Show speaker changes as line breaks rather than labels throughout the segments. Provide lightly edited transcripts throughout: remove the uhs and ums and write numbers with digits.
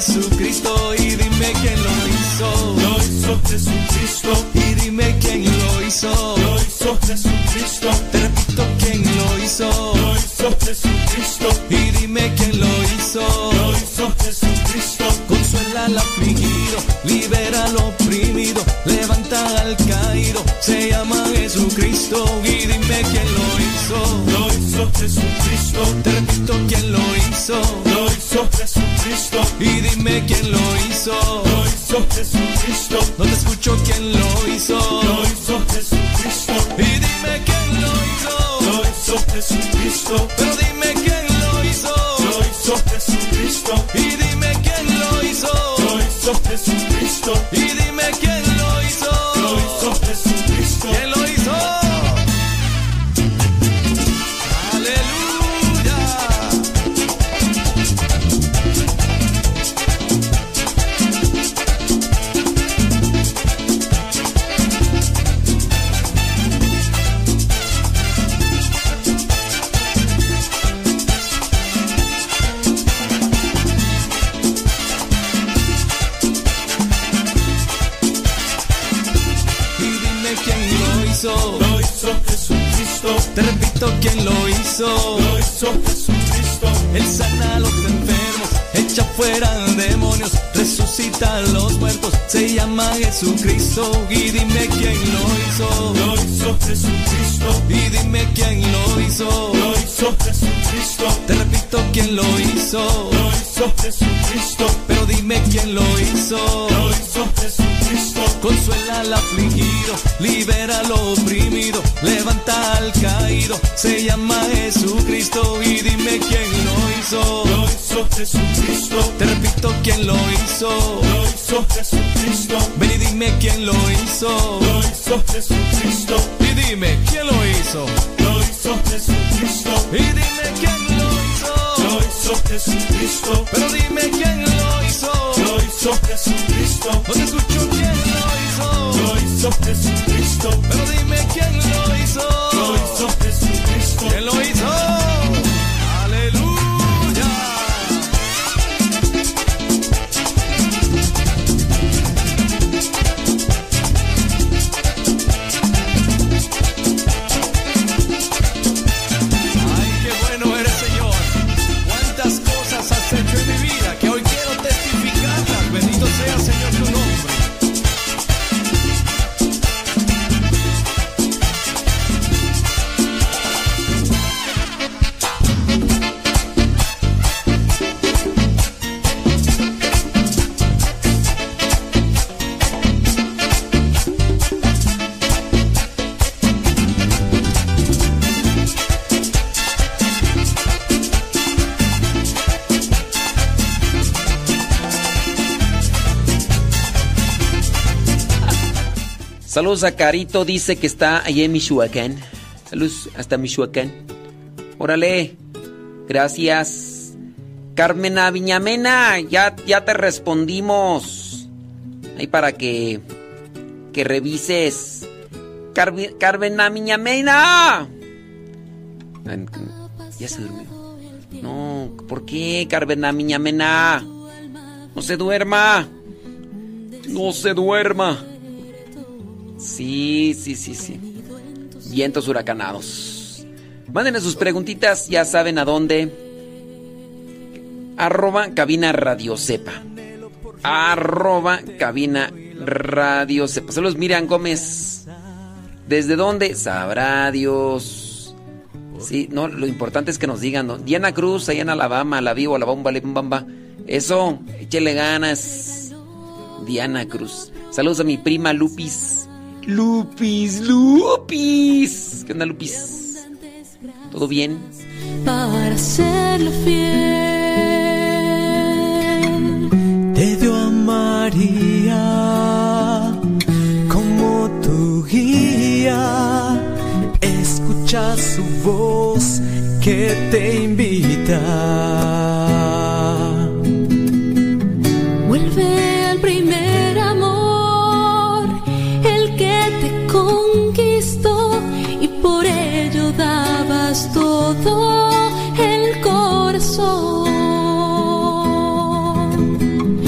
Jesucristo y dime quién lo hizo.
Lo hizo Jesucristo.
Y dime quién lo hizo.
Lo hizo Jesucristo.
Te repito quién lo hizo.
Lo hizo Jesucristo.
Y dime quién lo hizo.
Lo hizo Jesucristo.
Consuela al afligido, libera al oprimido, levanta al caído, se llama Jesucristo. Y dime quién lo hizo.
Lo hizo Jesucristo.
Te repito quién lo hizo.
Lo hizo Jesucristo.
Y dime quién lo hizo.
Lo hizo Jesucristo.
No te escucho quién lo hizo.
Lo hizo Jesucristo.
Y dime quién lo hizo.
Lo hizo Jesucristo.
Pero dime quién lo hizo.
Lo hizo Jesucristo.
Y dime quién lo hizo.
Lo hizo Jesucristo.
Y dime quién lo hizo.
Lo hizo Jesucristo.
¿Quién lo hizo?
Lo hizo Jesucristo.
Te repito quién lo hizo.
Lo hizo Jesucristo.
Él sana a los enfermos, echa fuera demonios, resucita a los muertos, se llama Jesucristo. Y dime quién lo hizo.
Lo hizo Jesucristo.
Y dime quién lo hizo.
Lo hizo Jesucristo.
Te repito quién lo hizo.
Lo hizo Jesucristo.
Pero dime quién lo hizo.
Lo hizo Jesucristo.
Consuela al afligido, libera al oprimido, levanta al caído, se llama Jesucristo. Y dime quién lo hizo.
Lo hizo Jesucristo.
Te repito quién lo hizo.
Lo hizo Jesucristo.
Ven y dime quién lo hizo.
Lo hizo Jesucristo.
Y dime quién lo hizo.
Lo hizo Jesucristo.
Y dime quién lo hizo.
Lo hizo Jesucristo.
Pero dime quién lo hizo.
Lo hizo Jesucristo.
No te escucho quién lo hizo.
Lo hizo Jesucristo.
Pero dime quién lo hizo.
Lo hizo Jesucristo.
¿Quién lo hizo? Aleluya. Ay, qué bueno eres, Señor. Cuántas cosas has hecho en mi vida que hoy quiero testificarlas. Bendito sea, Señor, tu nombre.
Saludos a Carito, dice que está allá en Michoacán. Saludos hasta Michoacán. Órale, gracias. Carmen Aviñamena, ya te respondimos. Ahí para que revises. Carmen Aviñamena. Ya se durmió. No, ¿por qué, Carmen Aviñamena? No se duerma. No se duerma. Sí. Vientos huracanados. Mándenle sus preguntitas, ya saben a dónde. @cabina Radio Cepa. @cabina Radio Cepa. Saludos, Miriam Gómez. ¿Desde dónde? Sabrá Dios. Sí, no, lo importante es que nos digan, ¿no? Diana Cruz, allá en Alabama, la vivo, la bomba, la bamba. Eso, échele ganas. Diana Cruz. Saludos a mi prima Lupis. Lupis. ¿Qué onda, Lupis? ¿Todo bien?
Para serlo fiel, te dio a María como tu guía. Escucha su voz que te invita. Vuelve al primer amor, el que te conquistó y por ello dabas todo el corazón.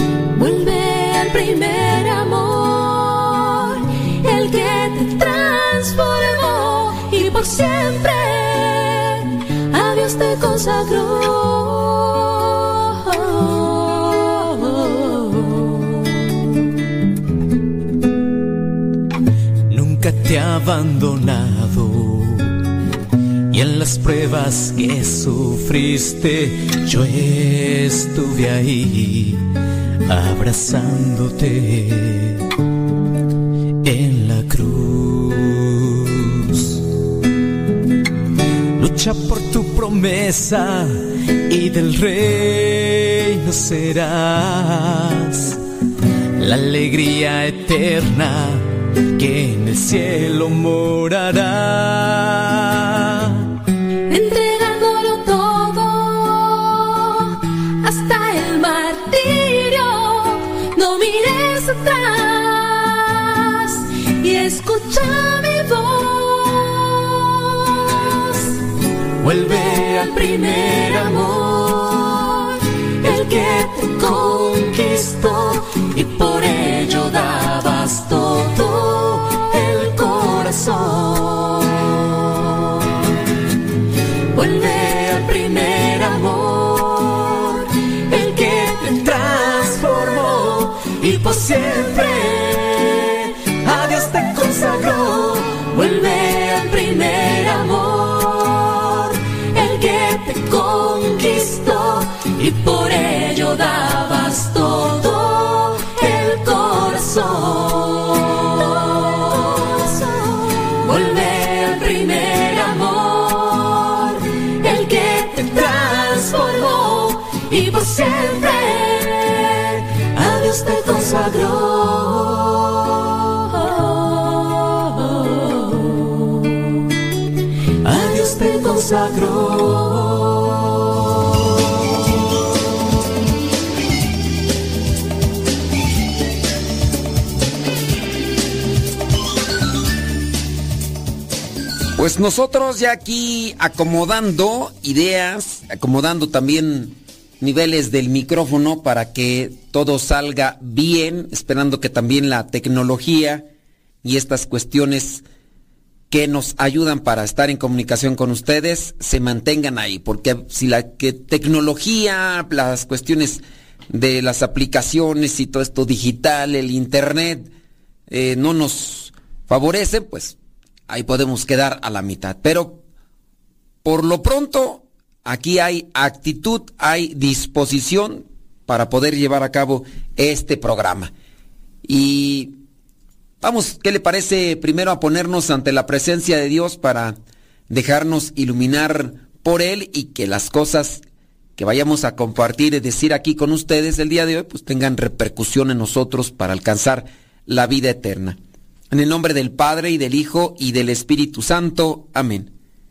consagró.
Nunca te ha abandonado, y en las pruebas que sufriste yo estuve ahí abrazándote en la cruz. Lucha por tu promesa y del reino serás la alegría eterna que en el cielo morará.
Entregándolo todo hasta el martirio, no mires atrás y escucha mi voz. Vuelve al primer amor, el que te conquistó y por ello dabas todo el corazón. Vuelve al primer amor, el que te transformó y por siempre a Dios te consagró. Vuelve al primer amor, el que te conquistó y por ello dabas todo el corazón. Vuelve al primer amor, el que te transformó y por siempre a Dios te consagró. A Dios te consagró.
Pues nosotros ya aquí acomodando ideas, acomodando también niveles del micrófono para que todo salga bien, esperando que también la tecnología y estas cuestiones que nos ayudan para estar en comunicación con ustedes se mantengan ahí, porque si la tecnología, las cuestiones de las aplicaciones y todo esto digital, el internet, no nos favorecen, pues ahí podemos quedar a la mitad. Pero por lo pronto aquí hay actitud, hay disposición para poder llevar a cabo este programa. Y vamos, ¿qué le parece primero a ponernos ante la presencia de Dios para dejarnos iluminar por Él y que las cosas que vayamos a compartir y decir aquí con ustedes el día de hoy pues tengan repercusión en nosotros para alcanzar la vida eterna? En el nombre del Padre, y del Hijo, y del Espíritu Santo. Amén.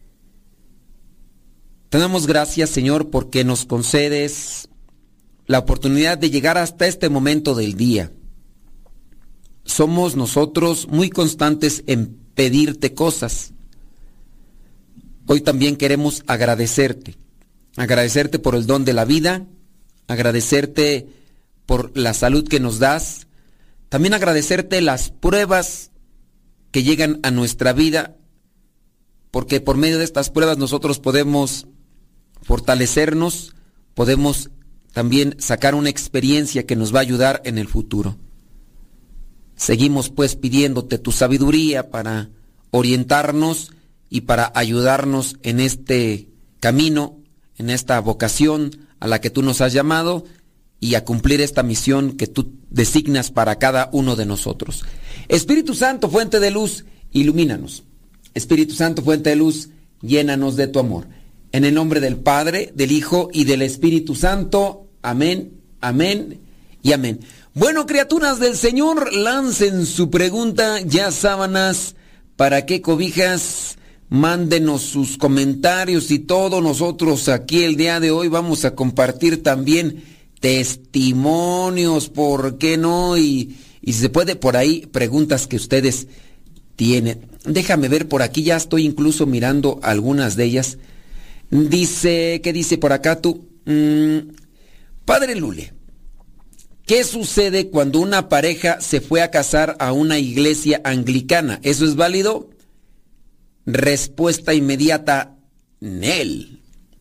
Te damos gracias, Señor, porque nos concedes la oportunidad de llegar hasta este momento del día. Somos nosotros muy constantes en pedirte cosas. Hoy también queremos agradecerte. Agradecerte por el don de la vida, agradecerte por la salud que nos das, también agradecerte las pruebas que llegan a nuestra vida, porque por medio de estas pruebas nosotros podemos fortalecernos, podemos también sacar una experiencia que nos va a ayudar en el futuro. Seguimos pues pidiéndote tu sabiduría para orientarnos y para ayudarnos en este camino, en esta vocación a la que tú nos has llamado, y a cumplir esta misión que tú designas para cada uno de nosotros. Espíritu Santo, fuente de luz, ilumínanos. Espíritu Santo, fuente de luz, llénanos de tu amor. En el nombre del Padre, del Hijo y del Espíritu Santo. Amén, amén y amén. Bueno, criaturas del Señor, lancen su pregunta, ya sábanas, ¿para qué cobijas? Mándenos sus comentarios y todo. Nosotros aquí el día de hoy vamos a compartir también testimonios, ¿por qué no? Y si se puede por ahí, preguntas que ustedes tienen. Déjame ver, por aquí ya estoy incluso mirando algunas de ellas. Dice, ¿qué dice por acá tú? Padre Lule, ¿qué sucede cuando una pareja se fue a casar a una iglesia anglicana? ¿Eso es válido? Respuesta inmediata, Nel.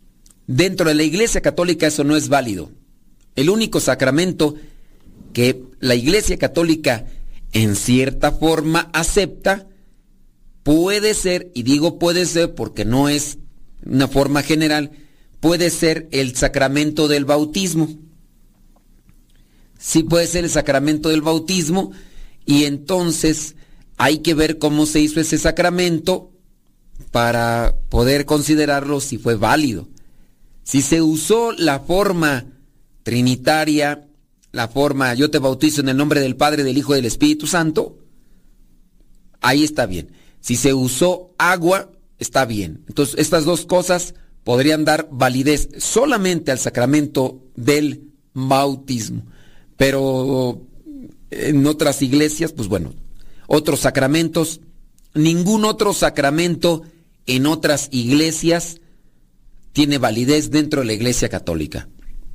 dentro de la Iglesia Católica eso no es válido. El único sacramento que la Iglesia Católica en cierta forma acepta puede ser, y digo puede ser porque no es una forma general, puede ser el sacramento del bautismo. Sí puede ser el sacramento del bautismo, y entonces hay que ver cómo se hizo ese sacramento para poder considerarlo si fue válido. Si se usó la forma trinitaria, la forma yo te bautizo en el nombre del Padre, del Hijo y del Espíritu Santo, ahí está bien. Si se usó agua, está bien. Entonces, estas dos cosas podrían dar validez solamente al sacramento del bautismo. Pero en otras iglesias, pues bueno, otros sacramentos, ningún otro sacramento en otras iglesias tiene validez dentro de la Iglesia Católica.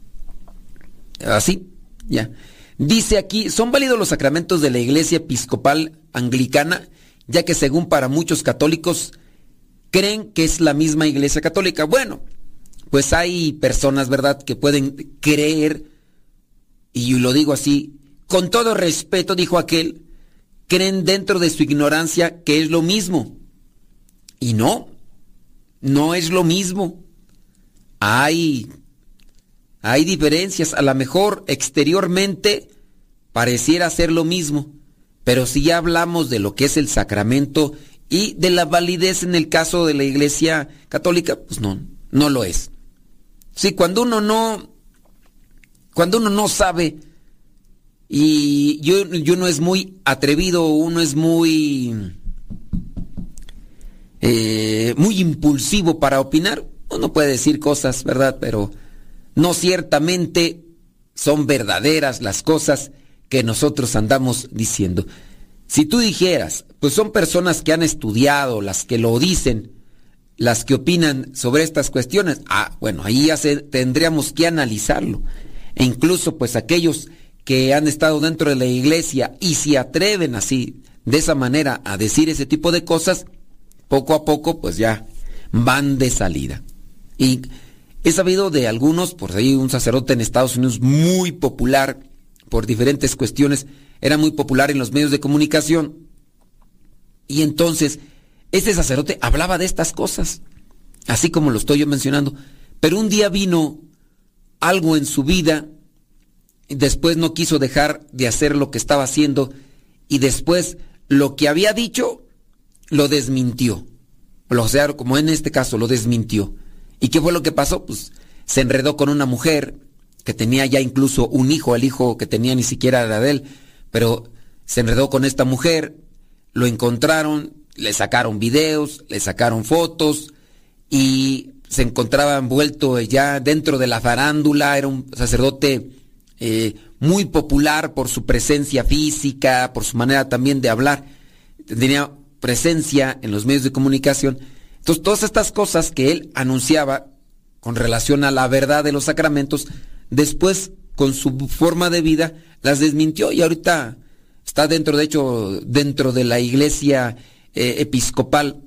Así, ya. Dice aquí, son válidos los sacramentos de la Iglesia Episcopal Anglicana, ya que según para muchos católicos creen que es la misma Iglesia Católica. Bueno, pues hay personas, ¿verdad?, que pueden creer, y lo digo así, con todo respeto, dijo aquel, creen dentro de su ignorancia que es lo mismo. Y no es lo mismo. Hay diferencias, a lo mejor exteriormente pareciera ser lo mismo, pero si ya hablamos de lo que es el sacramento y de la validez en el caso de la Iglesia Católica, pues no lo es. Sí, cuando uno no sabe, y yo no es muy atrevido, uno es muy impulsivo para opinar, uno puede decir cosas, ¿verdad?, pero no ciertamente son verdaderas las cosas que nosotros andamos diciendo. Si tú dijeras, pues son personas que han estudiado, las que lo dicen, las que opinan sobre estas cuestiones, bueno, ahí ya tendríamos que analizarlo. E incluso pues aquellos que han estado dentro de la iglesia y se atreven así, de esa manera, a decir ese tipo de cosas, poco a poco pues ya van de salida. Y he sabido de algunos, por ahí un sacerdote en Estados Unidos muy popular, por diferentes cuestiones, era muy popular en los medios de comunicación, y entonces este sacerdote hablaba de estas cosas, así como lo estoy yo mencionando, pero un día vino algo en su vida, y después no quiso dejar de hacer lo que estaba haciendo, y después lo que había dicho lo desmintió, o sea, como en este caso lo desmintió. ¿Y qué fue lo que pasó? Pues se enredó con una mujer que tenía ya incluso un hijo, el hijo que tenía ni siquiera era de él, pero se enredó con esta mujer, lo encontraron, le sacaron videos, le sacaron fotos, y se encontraba envuelto ya dentro de la farándula. Era un sacerdote muy popular por su presencia física, por su manera también de hablar, tenía presencia en los medios de comunicación. Entonces, todas estas cosas que él anunciaba con relación a la verdad de los sacramentos, después, con su forma de vida, las desmintió, y ahorita está dentro de la iglesia episcopal,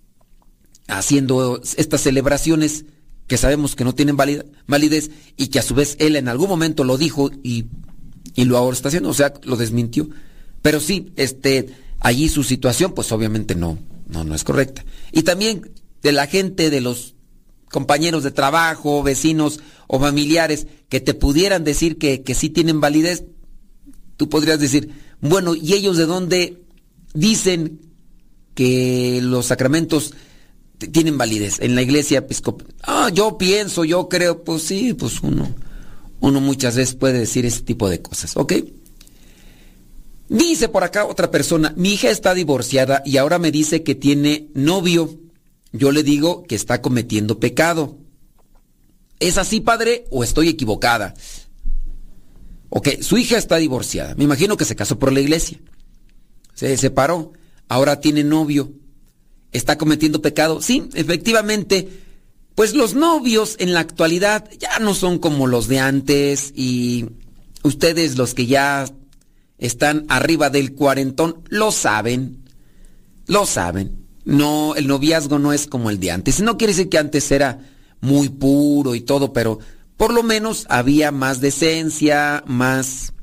haciendo estas celebraciones que sabemos que no tienen validez, y que a su vez él en algún momento lo dijo y lo ahora está haciendo, o sea, lo desmintió. Pero sí, allí su situación, pues obviamente no es correcta. Y también de la gente, de los compañeros de trabajo, vecinos o familiares que te pudieran decir que sí tienen validez, tú podrías decir, bueno, ¿y ellos de dónde dicen que los sacramentos tienen validez en la iglesia episcopal? Yo pienso, yo creo, pues sí, pues uno muchas veces puede decir ese tipo de cosas, ¿ok? Dice por acá otra persona, mi hija está divorciada y ahora me dice que tiene novio. Yo le digo que está cometiendo pecado. ¿Es así, padre, o estoy equivocada? Ok, su hija está divorciada. Me imagino que se casó por la iglesia. Se separó. Ahora tiene novio. ¿Está cometiendo pecado? Sí, efectivamente. Pues los novios en la actualidad ya no son como los de antes, y ustedes, los que ya están arriba del cuarentón, lo saben. No, el noviazgo no es como el de antes. No quiere decir que antes era muy puro y todo, pero por lo menos había más decencia, más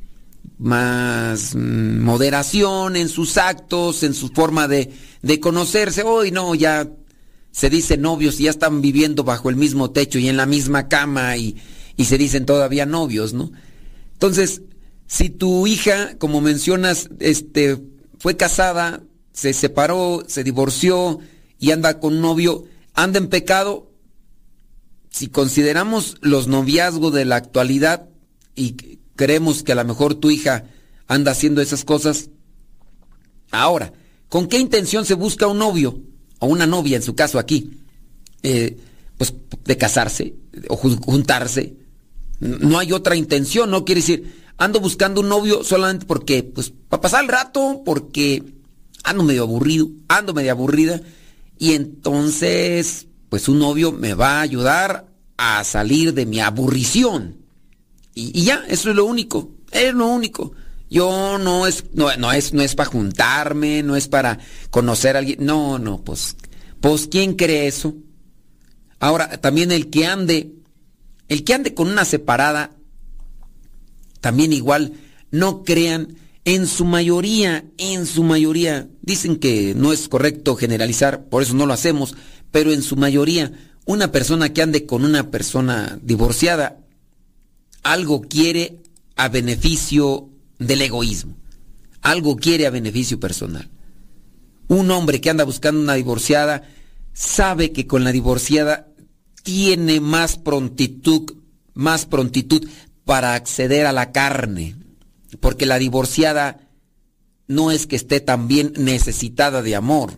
moderación en sus actos, en su forma de conocerse. Hoy no, ya se dicen novios y ya están viviendo bajo el mismo techo y en la misma cama y se dicen todavía novios, ¿no? Entonces, si tu hija, como mencionas, fue casada, se separó, se divorció y anda con un novio, anda en pecado. Si consideramos los noviazgos de la actualidad y creemos que a lo mejor tu hija anda haciendo esas cosas, ahora, ¿con qué intención se busca un novio o una novia, en su caso aquí? Pues de casarse o juntarse. No hay otra intención, no quiere decir, ando buscando un novio solamente porque, pues, para pasar el rato, porque ando medio aburrido, ando medio aburrida, y entonces, pues un novio me va a ayudar a salir de mi aburrición. Y ya, eso es lo único, es lo único. Yo no es para juntarme, no es para conocer a alguien, no, pues ¿quién cree eso? Ahora, también el que ande con una separada, también igual, no crean, en su mayoría, dicen que no es correcto generalizar, por eso no lo hacemos, pero en su mayoría, una persona que ande con una persona divorciada, algo quiere a beneficio del egoísmo, algo quiere a beneficio personal. Un hombre que anda buscando una divorciada, sabe que con la divorciada tiene más prontitud para acceder a la carne, porque la divorciada no es que esté también necesitada de amor.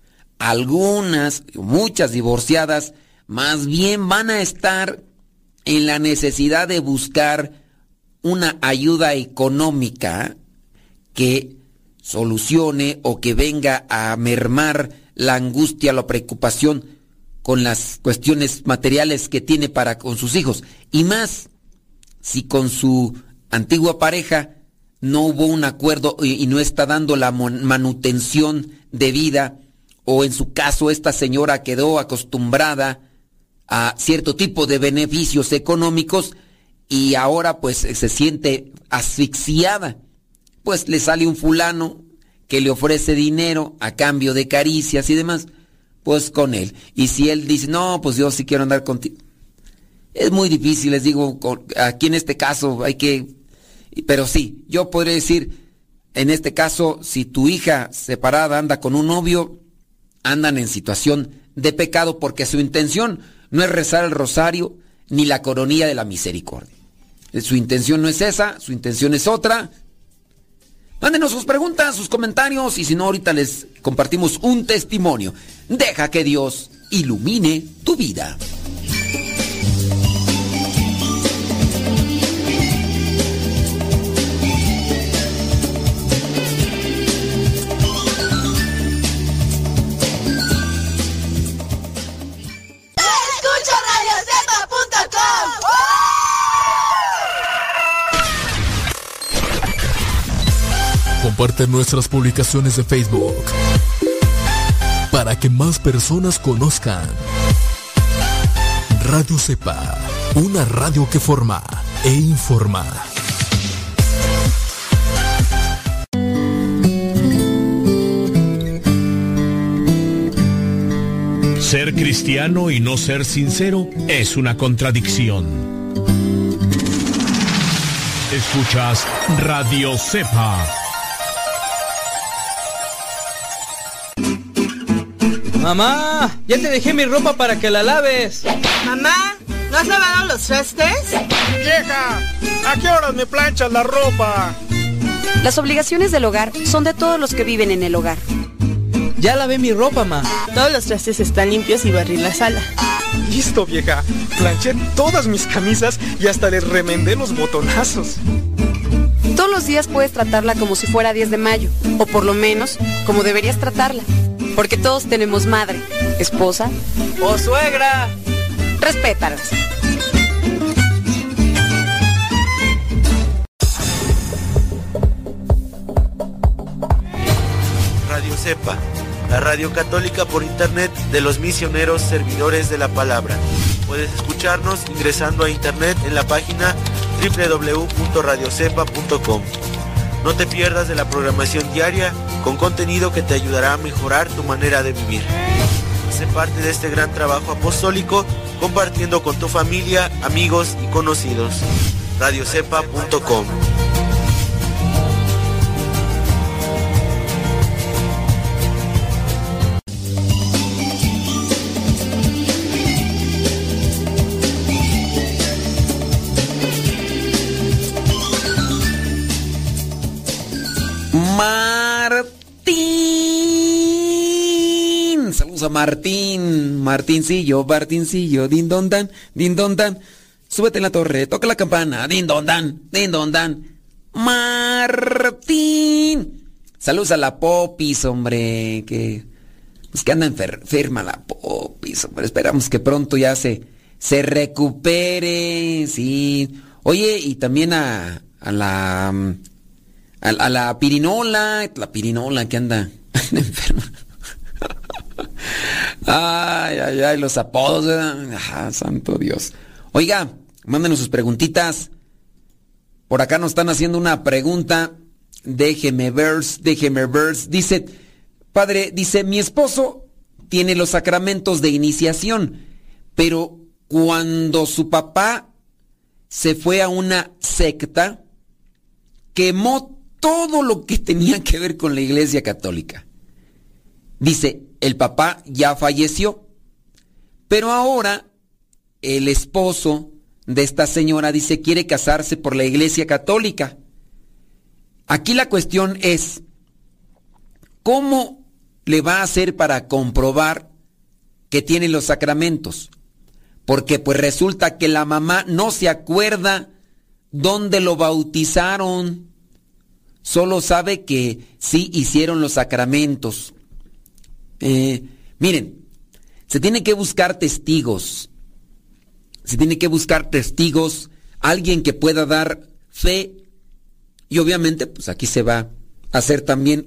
Muchas divorciadas, más bien van a estar en la necesidad de buscar una ayuda económica que solucione o que venga a mermar la angustia, la preocupación con las cuestiones materiales que tiene para con sus hijos. Y más, si con su antigua pareja no hubo un acuerdo y no está dando la manutención debida, o en su caso esta señora quedó acostumbrada a cierto tipo de beneficios económicos y ahora pues se siente asfixiada, pues le sale un fulano que le ofrece dinero a cambio de caricias y demás, pues con él. Y si él dice, no, pues yo sí quiero andar contigo, es muy difícil, les digo, aquí en este caso hay que, pero sí, yo podría decir, en este caso, si tu hija separada anda con un novio, andan en situación de pecado porque su intención no es rezar el rosario ni la coronilla de la misericordia. Su intención no es esa, su intención es otra. Mándenos sus preguntas, sus comentarios, y si no, ahorita les compartimos un testimonio. Deja que Dios ilumine tu vida.
Comparte nuestras publicaciones de Facebook para que más personas conozcan Radio Cepa, una radio que forma e informa.
Ser cristiano y no ser sincero es una contradicción. Escuchas Radio Cepa.
Mamá, ya te dejé mi ropa para que la laves.
Mamá, ¿no has lavado los trastes?
Vieja, ¿a qué horas me planchas la ropa?
Las obligaciones del hogar son de todos los que viven en el hogar.
Ya lavé mi ropa, ma.
Todos los trastes están limpios y barrí la sala.
Listo, vieja. Planché todas mis camisas y hasta les remendé los botonazos.
Todos los días puedes tratarla como si fuera 10 de mayo, o por lo menos, como deberías tratarla. Porque todos tenemos madre, esposa
o suegra.
Respétalas.
Radio Cepa, la radio católica por internet de los misioneros servidores de la palabra. Puedes escucharnos ingresando a internet en la página www.radiocepa.com. No te pierdas de la programación diaria con contenido que te ayudará a mejorar tu manera de vivir. Sé parte de este gran trabajo apostólico compartiendo con tu familia, amigos y conocidos. radiocepa.com.
Martín. Saludos a Martín. Martincillo, din don dan, din don dan. Súbete en la torre, toca la campana, din don dan, din don dan. Martín. Saludos a la Popis, hombre, que anda enferma la Popis, hombre. Esperamos que pronto ya se recupere, sí. Oye, y también a la pirinola que anda enferma. Ay, los apodos, ¿verdad? Santo Dios. Oiga, mándenos sus preguntitas. Por acá nos están haciendo una pregunta. Déjeme ver. Dice, padre, mi esposo tiene los sacramentos de iniciación, pero cuando su papá se fue a una secta, quemó todo lo que tenía que ver con la Iglesia Católica. Dice, el papá ya falleció, pero ahora el esposo de esta señora dice quiere casarse por la Iglesia Católica. Aquí la cuestión es, ¿cómo le va a hacer para comprobar que tiene los sacramentos? Porque pues resulta que la mamá no se acuerda dónde lo bautizaron. Solo sabe que sí hicieron los sacramentos. Miren, se tiene que buscar testigos. Alguien que pueda dar fe. Y obviamente, pues aquí se va a hacer también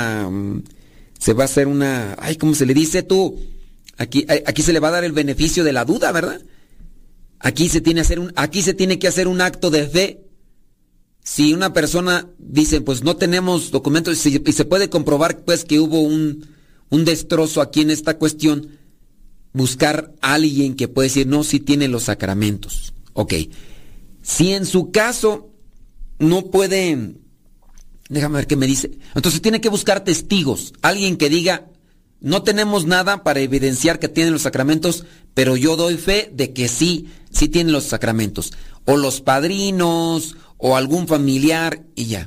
ay, ¿cómo se le dice tú? Aquí se le va a dar el beneficio de la duda, ¿verdad? Aquí se tiene que hacer un acto de fe. Si una persona dice, pues no tenemos documentos, y se puede comprobar pues que hubo un destrozo aquí en esta cuestión, buscar a alguien que puede decir, no, sí tiene los sacramentos. Ok. Si en su caso no puede, déjame ver qué me dice, entonces tiene que buscar testigos, alguien que diga, no tenemos nada para evidenciar que tienen los sacramentos, pero yo doy fe de que sí tienen los sacramentos. O los padrinos, o algún familiar, y ya.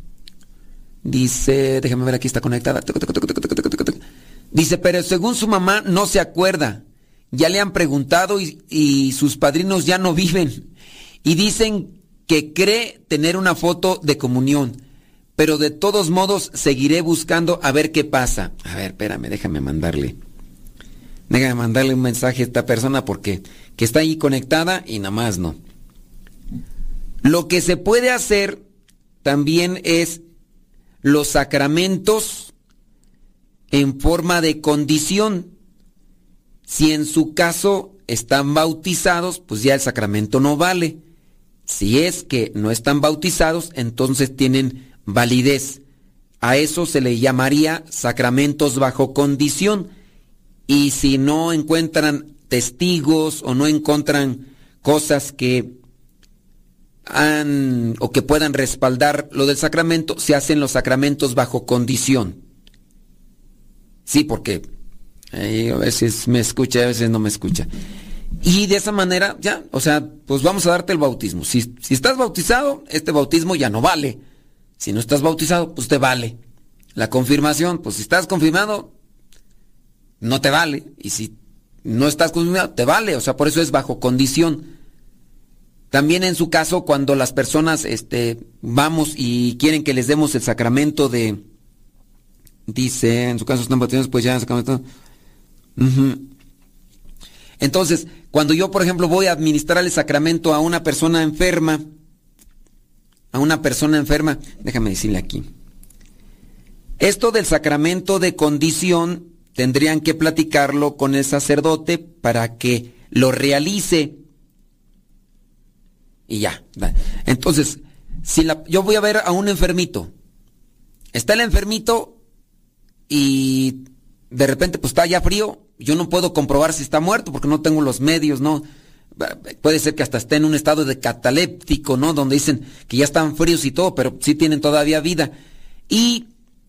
Dice, déjame ver, aquí está conectada. Dice, pero según su mamá no se acuerda. Ya le han preguntado y sus padrinos ya no viven. Y dicen que cree tener una foto de comunión. Pero de todos modos seguiré buscando a ver qué pasa. A ver, espérame, déjame mandarle un mensaje a esta persona porque que está ahí conectada y nada más no. Lo que se puede hacer también es los sacramentos en forma de condición. Si en su caso están bautizados, pues ya el sacramento no vale. Si es que no están bautizados, entonces tienen validez. A eso se le llamaría sacramentos bajo condición. Y si no encuentran testigos o no encuentran cosas que o que puedan respaldar lo del sacramento, se hacen los sacramentos bajo condición. Sí, porque a veces me escucha, a veces no me escucha. Y de esa manera, ya, o sea, pues vamos a darte el bautismo. Si estás bautizado, este bautismo ya no vale. Si no estás bautizado, pues te vale. La confirmación, pues si estás confirmado, no te vale. Y si no estás confirmado, te vale. O sea, por eso es bajo condición. También en su caso, cuando las personas vamos y quieren que les demos el sacramento de... Dice, en su caso están bautizados, pues ya el sacramento... Entonces, cuando yo, por ejemplo, voy a administrar el sacramento a una persona enferma, déjame decirle aquí. Esto del sacramento de condición tendrían que platicarlo con el sacerdote para que lo realice. Y ya. Entonces, yo voy a ver a un enfermito. Está el enfermito y de repente pues está ya frío. Yo no puedo comprobar si está muerto porque no tengo los medios, ¿no? Puede ser que hasta esté en un estado de cataléptico, ¿no? Donde dicen que ya están fríos y todo, pero sí tienen todavía vida. Y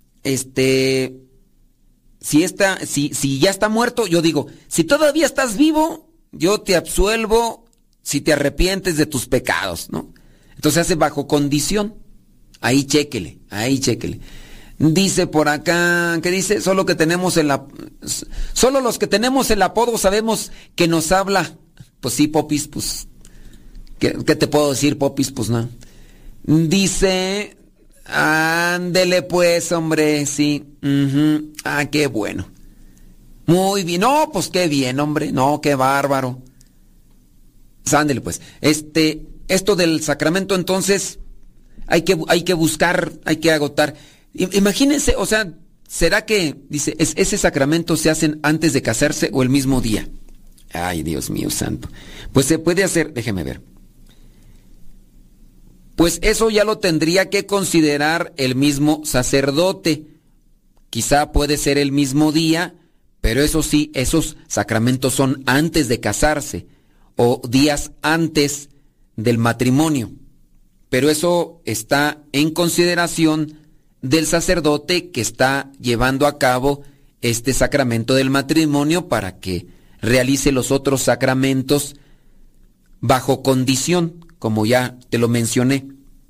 si ya está muerto, yo digo, si todavía estás vivo, yo te absuelvo si te arrepientes de tus pecados, ¿no? Entonces hace bajo condición. Ahí chéquele. Dice por acá, ¿qué dice? Solo los que tenemos el apodo sabemos que nos habla. Pues sí, Popis, pues, ¿qué te puedo decir, Popis? Pues no. Dice, ándele pues, hombre, sí. Ah, qué bueno. Muy bien, no, pues qué bien, hombre, no, qué bárbaro. Ándele pues. Esto del sacramento, entonces, hay que buscar, hay que agotar. Imagínense, o sea, ¿será que, dice, ese sacramento se hacen antes de casarse o el mismo día? Ay, Dios mío santo. Pues se puede hacer, déjeme ver. Pues eso ya lo tendría que considerar el mismo sacerdote. Quizá puede ser el mismo día, pero eso sí, esos sacramentos son antes de casarse o días antes del matrimonio. Pero eso está en consideración del sacerdote que está llevando a cabo este sacramento del matrimonio para que realice los otros sacramentos bajo condición, como ya te lo mencioné.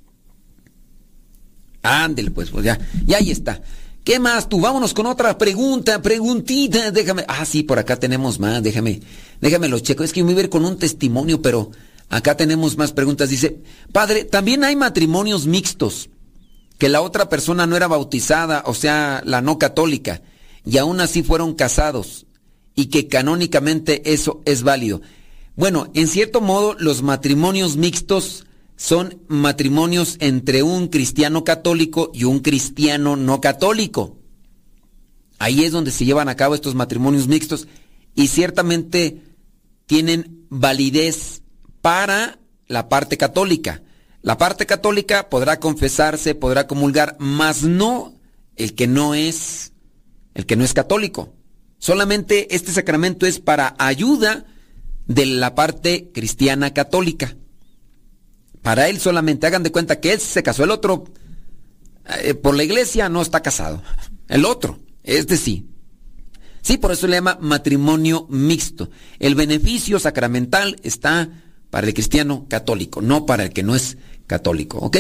Ándele pues ya ahí está. ¿Qué más tú? Vámonos con otra preguntita, déjame. Ah, sí, por acá tenemos más, déjame lo checo. Es que yo me voy a ir con un testimonio, pero acá tenemos más preguntas. Dice, padre, también hay matrimonios mixtos, que la otra persona no era bautizada, o sea, la no católica, y aún así fueron casados, y que canónicamente eso es válido. Bueno, en cierto modo, los matrimonios mixtos son matrimonios entre un cristiano católico y un cristiano no católico. Ahí es donde se llevan a cabo estos matrimonios mixtos, y ciertamente tienen validez para la parte católica. La parte católica podrá confesarse, podrá comulgar, mas no el que no es católico. Solamente este sacramento es para ayuda de la parte cristiana católica. Para él solamente, hagan de cuenta que él se casó, el otro por la iglesia no está casado. El otro, sí. Sí, por eso le llama matrimonio mixto. El beneficio sacramental está para el cristiano católico, no para el que no es católico, ¿ok?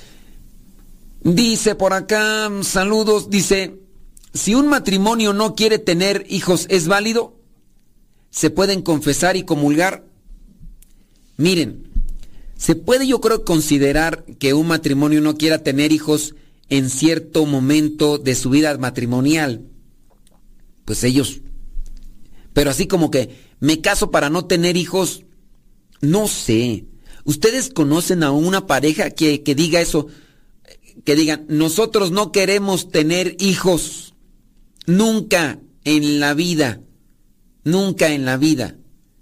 Dice por acá, saludos, dice, si un matrimonio no quiere tener hijos, ¿es válido? ¿Se pueden confesar y comulgar? Miren, se puede, yo creo, considerar que un matrimonio no quiera tener hijos en cierto momento de su vida matrimonial. Pues ellos, pero así como que me caso para no tener hijos, no sé. ¿Ustedes conocen a una pareja que diga eso? Que digan, nosotros no queremos tener hijos. Nunca en la vida. Nunca en la vida.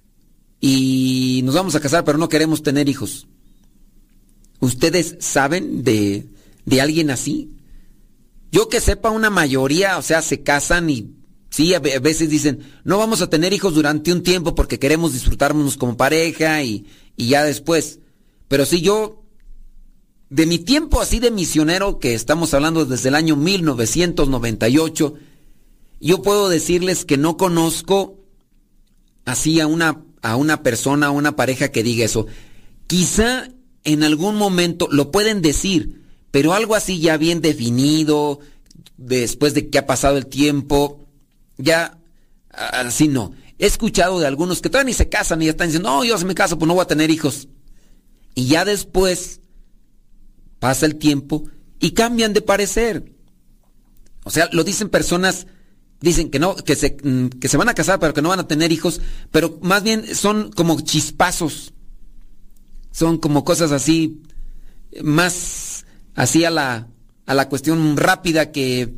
Y nos vamos a casar, pero no queremos tener hijos. ¿Ustedes saben de alguien así? Yo que sepa, una mayoría, o sea, se casan y sí, a veces dicen, no vamos a tener hijos durante un tiempo porque queremos disfrutarnos como pareja y ya después. Pero sí, yo, de mi tiempo así de misionero, que estamos hablando desde el año 1998, yo puedo decirles que no conozco así a una persona, a una pareja que diga eso. Quizá en algún momento lo pueden decir, pero algo así ya bien definido, después de que ha pasado el tiempo, ya así no. He escuchado de algunos que todavía ni se casan y ya están diciendo, no, yo si me caso pues no voy a tener hijos. Y ya después pasa el tiempo y cambian de parecer. O sea, lo dicen personas, dicen que no, que se van a casar pero que no van a tener hijos, pero más bien son como chispazos. Son como cosas así, más así a la cuestión rápida que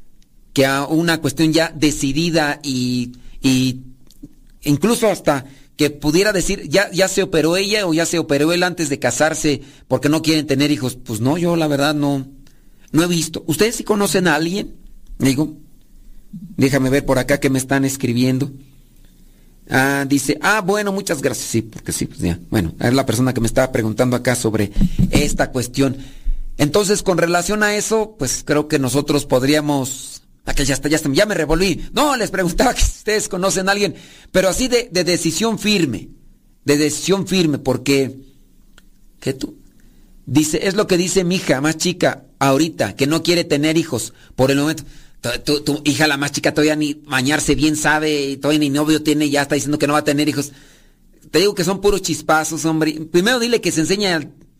a una cuestión ya decidida y incluso hasta que pudiera decir, ya se operó ella o ya se operó él antes de casarse porque no quieren tener hijos. Pues no, yo la verdad no he visto. ¿Ustedes sí conocen a alguien? Digo, déjame ver por acá que me están escribiendo. Dice, bueno, muchas gracias. Sí, porque sí, pues ya. Bueno, es la persona que me estaba preguntando acá sobre esta cuestión. Entonces, con relación a eso, pues creo que nosotros podríamos... ya me revolví. No, les preguntaba que si ustedes conocen a alguien, pero así de decisión firme. De decisión firme, porque... ¿Qué tú? Dice, es lo que dice mi hija más chica ahorita, que no quiere tener hijos por el momento. Tu hija la más chica todavía ni bañarse bien sabe, y todavía ni novio tiene, ya está diciendo que no va a tener hijos. Te digo que son puros chispazos, hombre. Primero dile que se enseña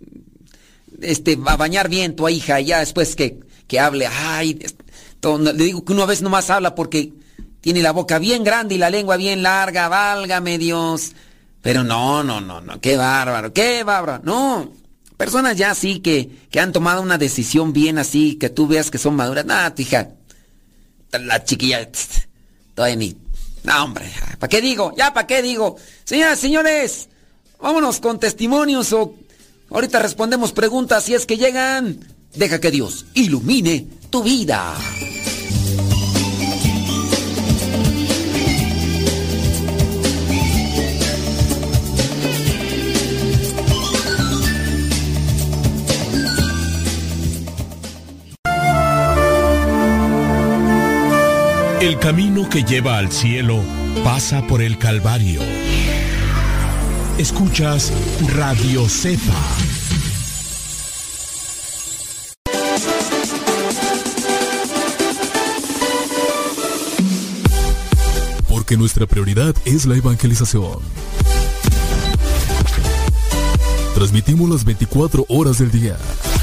a bañar bien tu hija, y ya después que hable. Le digo que una vez nomás habla porque tiene la boca bien grande y la lengua bien larga, válgame Dios. Pero no, qué bárbaro, no. Personas ya así que han tomado una decisión bien así, que tú veas que son maduras. Tu hija, la chiquilla, todavía ni... No, hombre, ¿para qué digo? ¿Para qué digo? Señoras, señores, vámonos con testimonios o ahorita respondemos preguntas si es que llegan. Deja que Dios ilumine tu vida.
El camino que lleva al cielo pasa por el Calvario. Escuchas Radio Cepa.
Porque nuestra prioridad es la evangelización. Transmitimos las 24 horas del día.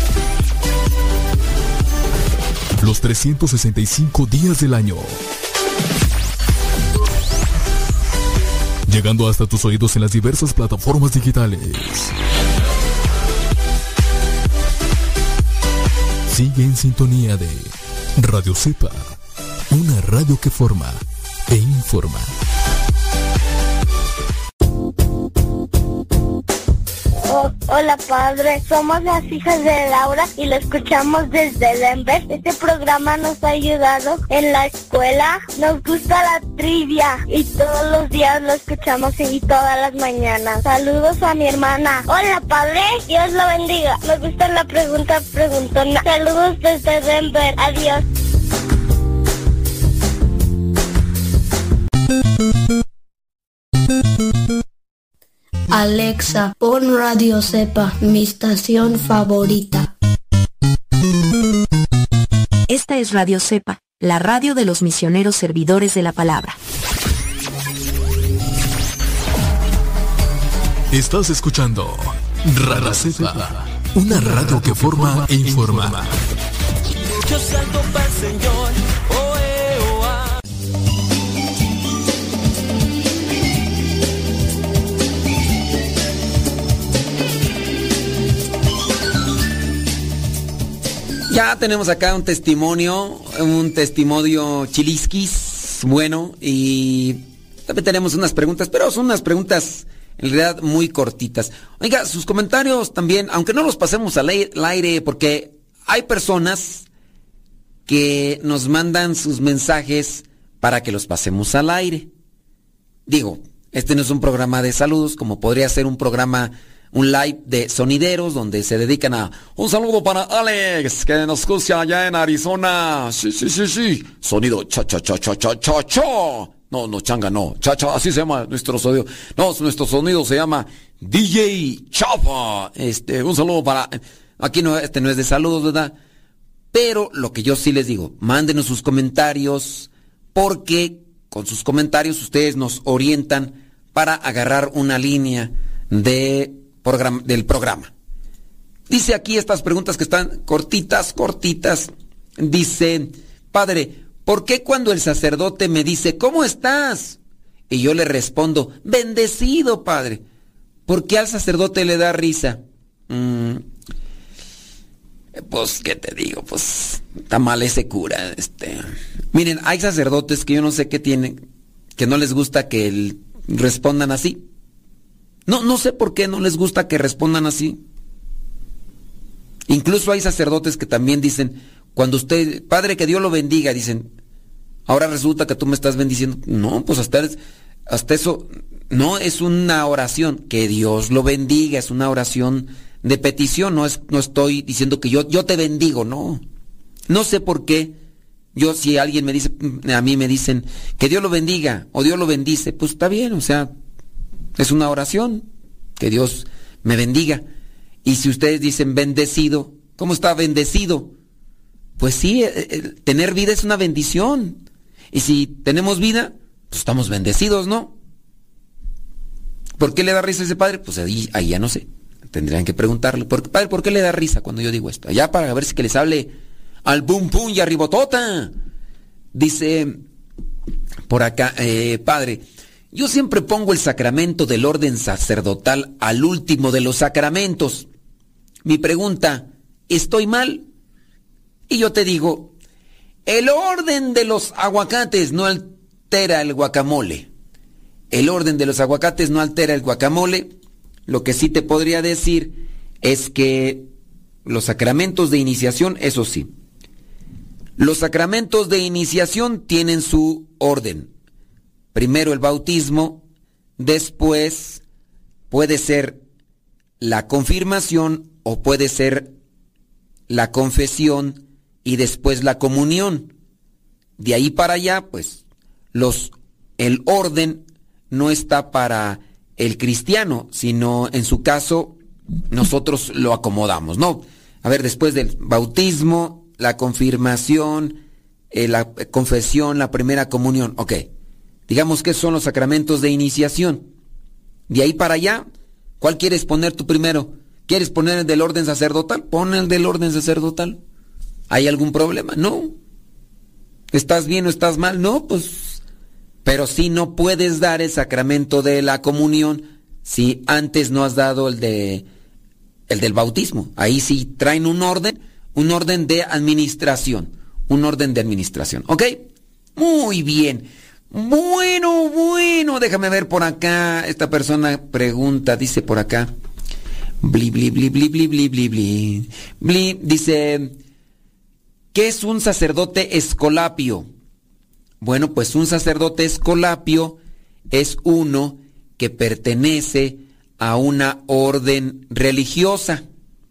Los 365 días del año. Llegando hasta tus oídos en las diversas plataformas digitales. Sigue en sintonía de Radio Cepa, una radio que forma e informa.
Hola padre, somos las hijas de Laura y lo escuchamos desde Denver. Este programa nos ha ayudado en la escuela, nos gusta la trivia y todos los días lo escuchamos y todas las mañanas. Saludos a mi hermana. Hola padre, Dios lo bendiga. Me gusta la pregunta preguntona. Saludos desde Denver, adiós.
Alexa, pon Radio Cepa, mi estación favorita.
Esta es Radio Cepa, la radio de los misioneros servidores de la palabra.
Estás escuchando Radio Cepa, una radio que forma e informa.
Yo salto para el Señor,
Ya tenemos acá un testimonio chilisquis, bueno, y también tenemos unas preguntas, pero son unas preguntas en realidad muy cortitas. Oiga, sus comentarios también, aunque no los pasemos al aire, porque hay personas que nos mandan sus mensajes para que los pasemos al aire. Digo, este no es un programa de saludos, como podría ser un live de sonideros donde se dedican a... Un saludo para Alex, que nos escucha allá en Arizona. Sí. Sonido cha. No, changa, no. Cha, así se llama nuestro sonido. No, nuestro sonido se llama DJ Chapa. Un saludo para... Aquí no, no es de saludos, ¿verdad? Pero lo que yo sí les digo, mándenos sus comentarios, porque con sus comentarios ustedes nos orientan para agarrar una línea del programa. Dice aquí estas preguntas que están cortitas. Dice, padre, ¿por qué cuando el sacerdote me dice, ¿cómo estás? Y yo le respondo, bendecido, padre. ¿Por qué al sacerdote le da risa? Pues, ¿qué te digo? Pues, está mal ese cura. Miren, hay sacerdotes que yo no sé qué tienen, que no les gusta que respondan así. No sé por qué no les gusta que respondan así. Incluso hay sacerdotes que también dicen, cuando usted, Padre, que Dios lo bendiga, dicen, ahora resulta que tú me estás bendiciendo. No, pues hasta eso, no es una oración, que Dios lo bendiga, es una oración de petición, no estoy diciendo que yo te bendigo, no. No sé por qué, si alguien me dice, a mí me dicen, que Dios lo bendiga, o Dios lo bendice, pues está bien, o sea, es una oración, que Dios me bendiga. Y si ustedes dicen bendecido, ¿cómo está bendecido? Pues sí, tener vida es una bendición. Y si tenemos vida, pues estamos bendecidos, ¿no? ¿Por qué le da risa a ese padre? Pues ahí ya no sé. Tendrían que preguntarle, padre, ¿por qué le da risa cuando yo digo esto? Allá para ver si que les hable al pum pum y arribotota. Dice por acá, padre, yo siempre pongo el sacramento del orden sacerdotal al último de los sacramentos. Mi pregunta, ¿estoy mal? Y yo te digo, el orden de los aguacates no altera el guacamole. El orden de los aguacates no altera el guacamole. Lo que sí te podría decir es que los sacramentos de iniciación, eso sí. Los sacramentos de iniciación tienen su orden. Primero el bautismo, después puede ser la confirmación o puede ser la confesión y después la comunión. De ahí para allá, pues, el orden no está para el cristiano, sino en su caso nosotros lo acomodamos, ¿no? A ver, después del bautismo, la confirmación, la confesión, la primera comunión, ok. Digamos que son los sacramentos de iniciación. De ahí para allá, ¿cuál quieres poner tú primero? ¿Quieres poner el del orden sacerdotal? Pon el del orden sacerdotal. ¿Hay algún problema? No. ¿Estás bien o estás mal? No, pues. Pero sí no puedes dar el sacramento de la comunión si antes no has dado el del bautismo. Ahí sí traen un orden de administración. Un orden de administración. ¿Ok? Muy bien. Bueno, déjame ver por acá. Esta persona pregunta, dice por acá. Bli, bli, bli, bli, bli, bli, bli, bli. Bli, dice, ¿qué es un sacerdote escolapio? Bueno, pues un sacerdote escolapio es uno que pertenece a una orden religiosa.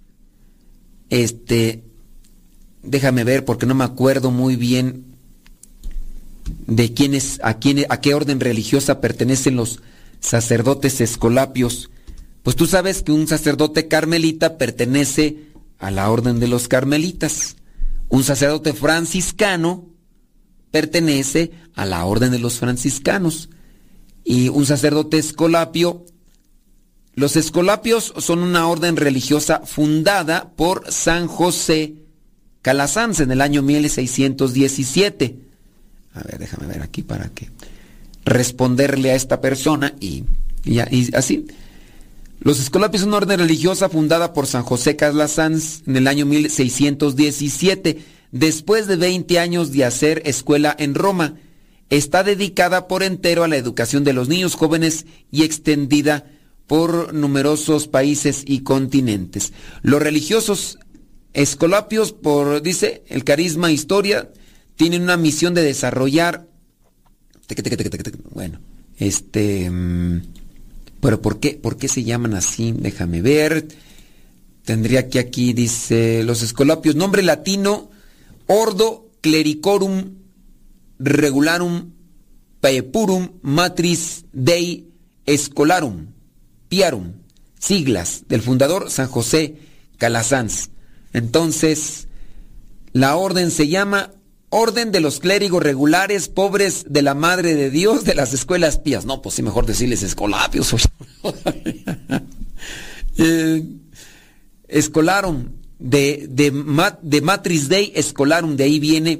Déjame ver porque no me acuerdo muy bien de a qué orden religiosa pertenecen los sacerdotes escolapios. Pues tú sabes que un sacerdote carmelita pertenece a la orden de los carmelitas. Un sacerdote franciscano pertenece a la orden de los franciscanos. Y un sacerdote escolapio, los escolapios son una orden religiosa fundada por San José Calasanz en el año 1617. A ver, déjame ver aquí para que responderle a esta persona y así. Los escolapios son una orden religiosa fundada por San José Calasanz en el año 1617, después de 20 años de hacer escuela en Roma. Está dedicada por entero a la educación de los niños jóvenes y extendida por numerosos países y continentes. Los religiosos escolapios, dice, el carisma historia, tienen una misión de desarrollar... Bueno, pero ¿por qué se llaman así? Déjame ver. Tendría que aquí dice los escolapios, nombre latino, Ordo Clericorum Regularum Paepurum Matris Dei Scholarum Piarum, siglas del fundador San José Calasanz. Entonces, la orden se llama Orden de los Clérigos Regulares Pobres de la Madre de Dios de las Escuelas Pías. No, pues sí, mejor decirles escolapios. Scholarum, de Matris Dei Scholarum, de ahí viene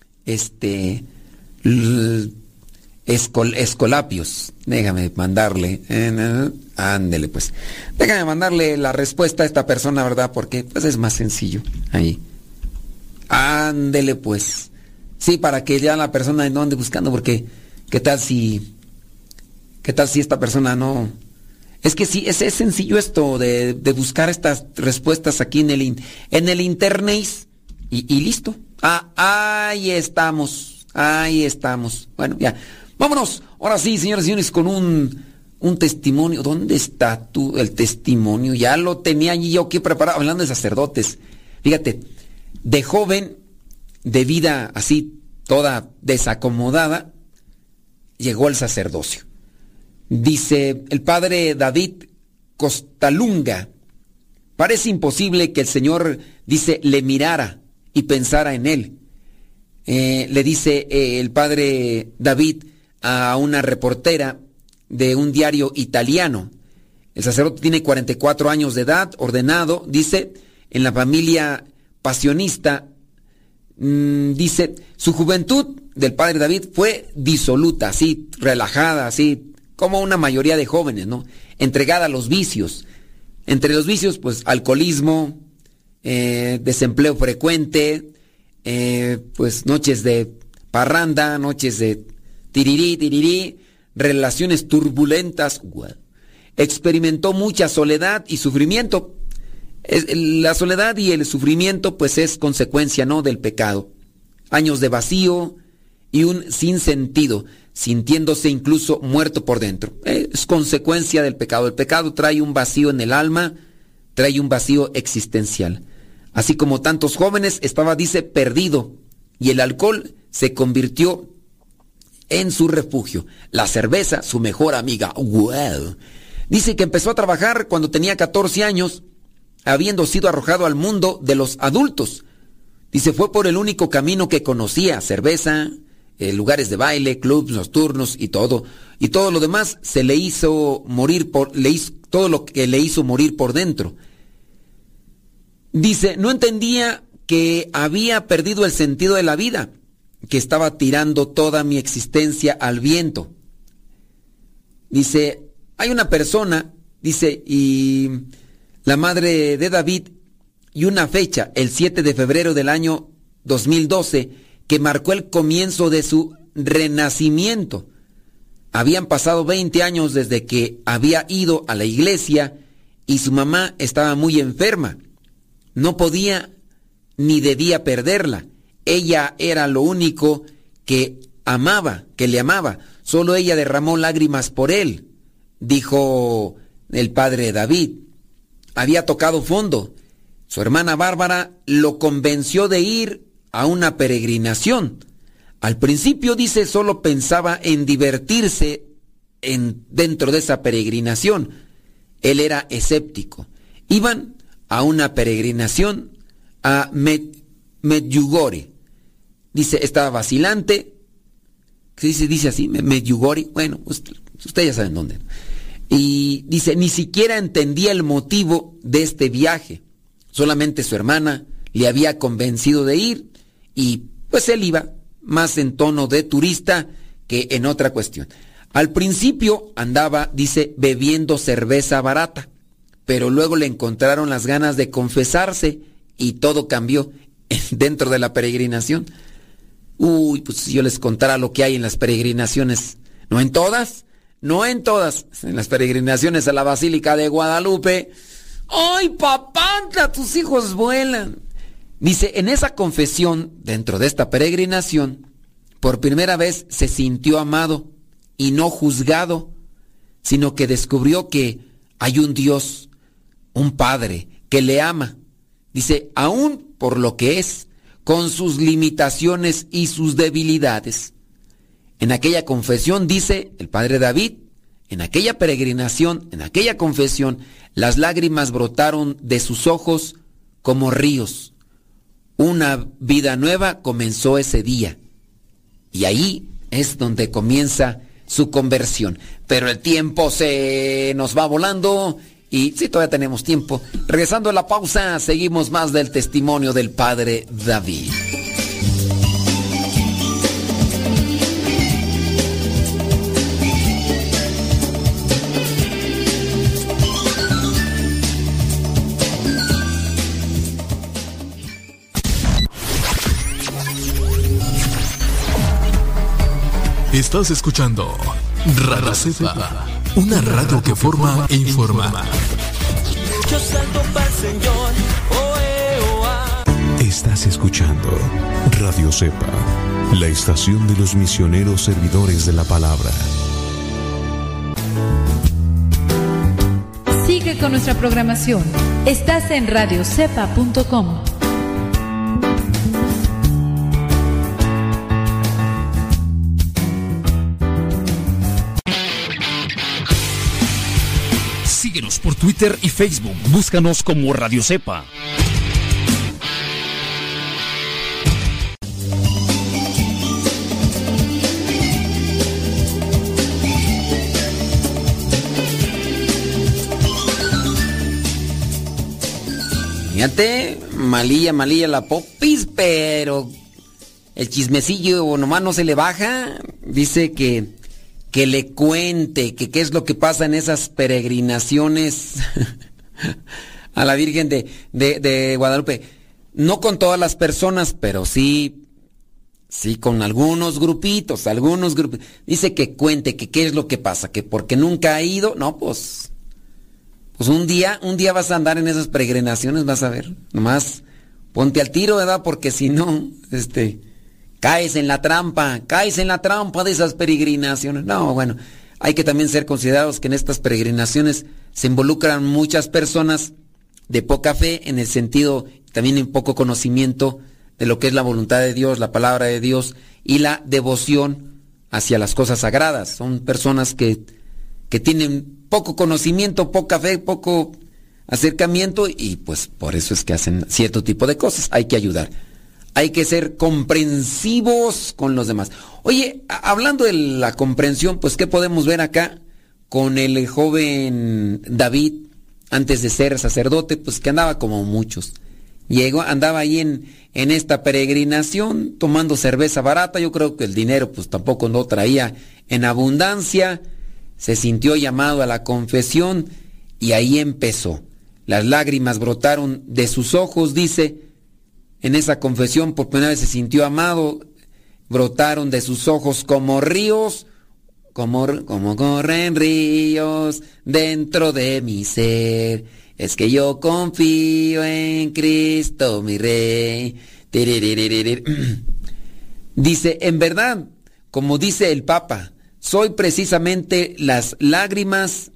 escolapios. Déjame mandarle, ándele pues. Déjame mandarle la respuesta a esta persona, ¿verdad? Porque pues es más sencillo. Ahí. Ándele pues. Sí, para que ya la persona no ande buscando, porque ¿qué tal si esta persona no Es que sí, es sencillo esto de buscar estas respuestas aquí en el internet y listo. Ahí estamos. Bueno, ya. Vámonos. Ahora sí, señoras y señores, con un testimonio. ¿Dónde está el testimonio? Ya lo tenía yo aquí preparado, hablando de sacerdotes. Fíjate, de joven, de vida así, toda desacomodada, llegó al sacerdocio. Dice el padre David Costalunga: parece imposible que el Señor, dice, le mirara y pensara en él. Le dice el padre David a una reportera de un diario italiano. El sacerdote tiene 44 años de edad, ordenado, dice, en la familia pasionista. Dice, su juventud del padre David fue disoluta, así, relajada, así, como una mayoría de jóvenes, ¿no? Entregada a los vicios. Entre los vicios, pues, alcoholismo, desempleo frecuente, pues, noches de parranda, noches de tirirí, relaciones turbulentas. Experimentó mucha soledad y sufrimiento. La soledad y el sufrimiento, pues, es consecuencia, ¿no?, del pecado. Años de vacío y un sinsentido, sintiéndose incluso muerto por dentro. Es consecuencia del pecado. El pecado trae un vacío en el alma, trae un vacío existencial. Así como tantos jóvenes, estaba, dice, perdido, y el alcohol se convirtió en su refugio. La cerveza, su mejor amiga. ¡Wow! Dice que empezó a trabajar cuando tenía 14 años, habiendo sido arrojado al mundo de los adultos. Dice, fue por el único camino que conocía: cerveza, lugares de baile, clubs nocturnos y todo. Y todo lo demás se le hizo morir todo lo que le hizo morir por dentro. Dice, no entendía que había perdido el sentido de la vida, que estaba tirando toda mi existencia al viento. Dice, hay una persona, dice, y la madre de David, y una fecha, el 7 de febrero del año 2012, que marcó el comienzo de su renacimiento. Habían pasado 20 años desde que había ido a la iglesia y su mamá estaba muy enferma. No podía ni debía perderla. Ella era lo único que amaba, que le amaba. Solo ella derramó lágrimas por él, dijo el padre David. Había tocado fondo. Su hermana Bárbara lo convenció de ir a una peregrinación. Al principio, dice, solo pensaba en divertirse dentro de esa peregrinación. Él era escéptico. Iban a una peregrinación a Medjugorje. Dice, estaba vacilante. Dice así, Medjugorje. Bueno, ustedes ya saben dónde. Y dice, ni siquiera entendía el motivo de este viaje. Solamente su hermana le había convencido de ir y pues él iba más en tono de turista que en otra cuestión. Al principio andaba, dice, bebiendo cerveza barata, pero luego le encontraron las ganas de confesarse y todo cambió dentro de la peregrinación. Uy, pues si yo les contara lo que hay en las peregrinaciones, no en todas, en las peregrinaciones a la Basílica de Guadalupe. ¡Ay, papantla! Tus hijos vuelan. Dice, en esa confesión, dentro de esta peregrinación, por primera vez se sintió amado y no juzgado, sino que descubrió que hay un Dios, un Padre, que le ama. Dice, aún por lo que es, con sus limitaciones y sus debilidades. En aquella confesión, dice el padre David, en aquella peregrinación, en aquella confesión, las lágrimas brotaron de sus ojos como ríos. Una vida nueva comenzó ese día. Y ahí es donde comienza su conversión. Pero el tiempo se nos va volando y sí, todavía tenemos tiempo. Regresando a la pausa, seguimos más del testimonio del padre David.
Estás escuchando Radio Cepa, una radio que forma e informa.
Yo salto pa'l Señor,
Estás escuchando Radio Cepa, la estación de los misioneros servidores de la palabra.
Sigue con nuestra programación. Estás en radiocepa.com.
Síguenos por Twitter y Facebook. Búscanos como Radio Cepa.
Fíjate, malilla la popis, pero el chismecillo nomás no se le baja. Dice que le cuente que qué es lo que pasa en esas peregrinaciones a la Virgen de Guadalupe. No con todas las personas, pero sí con algunos grupitos. Dice que cuente que qué es lo que pasa, que porque nunca ha ido, no, pues un día vas a andar en esas peregrinaciones, vas a ver. Nomás ponte al tiro, ¿verdad? Porque si no, caes en la trampa de esas peregrinaciones. No, bueno, hay que también ser considerados que en estas peregrinaciones se involucran muchas personas de poca fe, en el sentido también en poco conocimiento de lo que es la voluntad de Dios, la palabra de Dios y la devoción hacia las cosas sagradas. Son personas que tienen poco conocimiento, poca fe, poco acercamiento, y pues por eso es que hacen cierto tipo de cosas. Hay que ayudar. Hay que ser comprensivos con los demás. Oye, hablando de la comprensión, pues ¿qué podemos ver acá con el joven David antes de ser sacerdote? Pues que andaba como muchos. Andaba ahí en esta peregrinación tomando cerveza barata. Yo creo que el dinero pues tampoco no traía en abundancia. Se sintió llamado a la confesión y ahí empezó. Las lágrimas brotaron de sus ojos, dice. En esa confesión por primera vez se sintió amado. Brotaron de sus ojos como ríos, como corren ríos dentro de mi ser. Es que yo confío en Cristo mi Rey. Dice, en verdad, como dice el Papa, son precisamente las lágrimas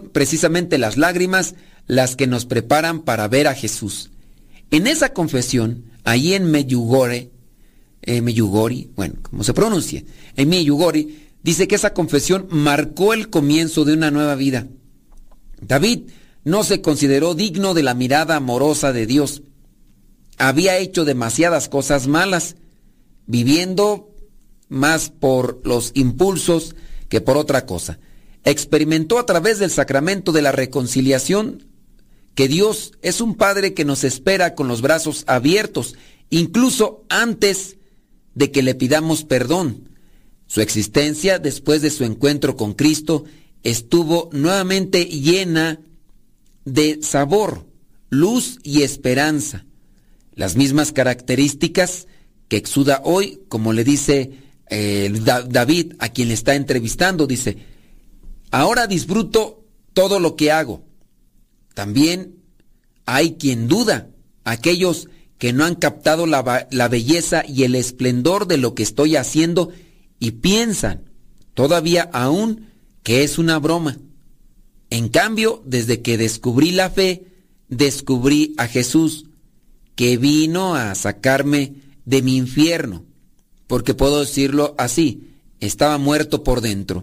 las que nos preparan para ver a Jesús. En esa confesión, ahí en Medjugorje, bueno, como se pronuncia, en Medjugorje, dice que esa confesión marcó el comienzo de una nueva vida. David no se consideró digno de la mirada amorosa de Dios. Había hecho demasiadas cosas malas, viviendo más por los impulsos que por otra cosa. Experimentó a través del sacramento de la reconciliación que Dios es un Padre que nos espera con los brazos abiertos, incluso antes de que le pidamos perdón. Su existencia, después de su encuentro con Cristo, estuvo nuevamente llena de sabor, luz y esperanza. Las mismas características que exuda hoy, como le dice David, a quien le está entrevistando, dice: ahora disfruto todo lo que hago. También hay quien duda, aquellos que no han captado la belleza y el esplendor de lo que estoy haciendo y piensan todavía aún que es una broma. En cambio, desde que descubrí la fe, descubrí a Jesús, que vino a sacarme de mi infierno, porque puedo decirlo así, estaba muerto por dentro.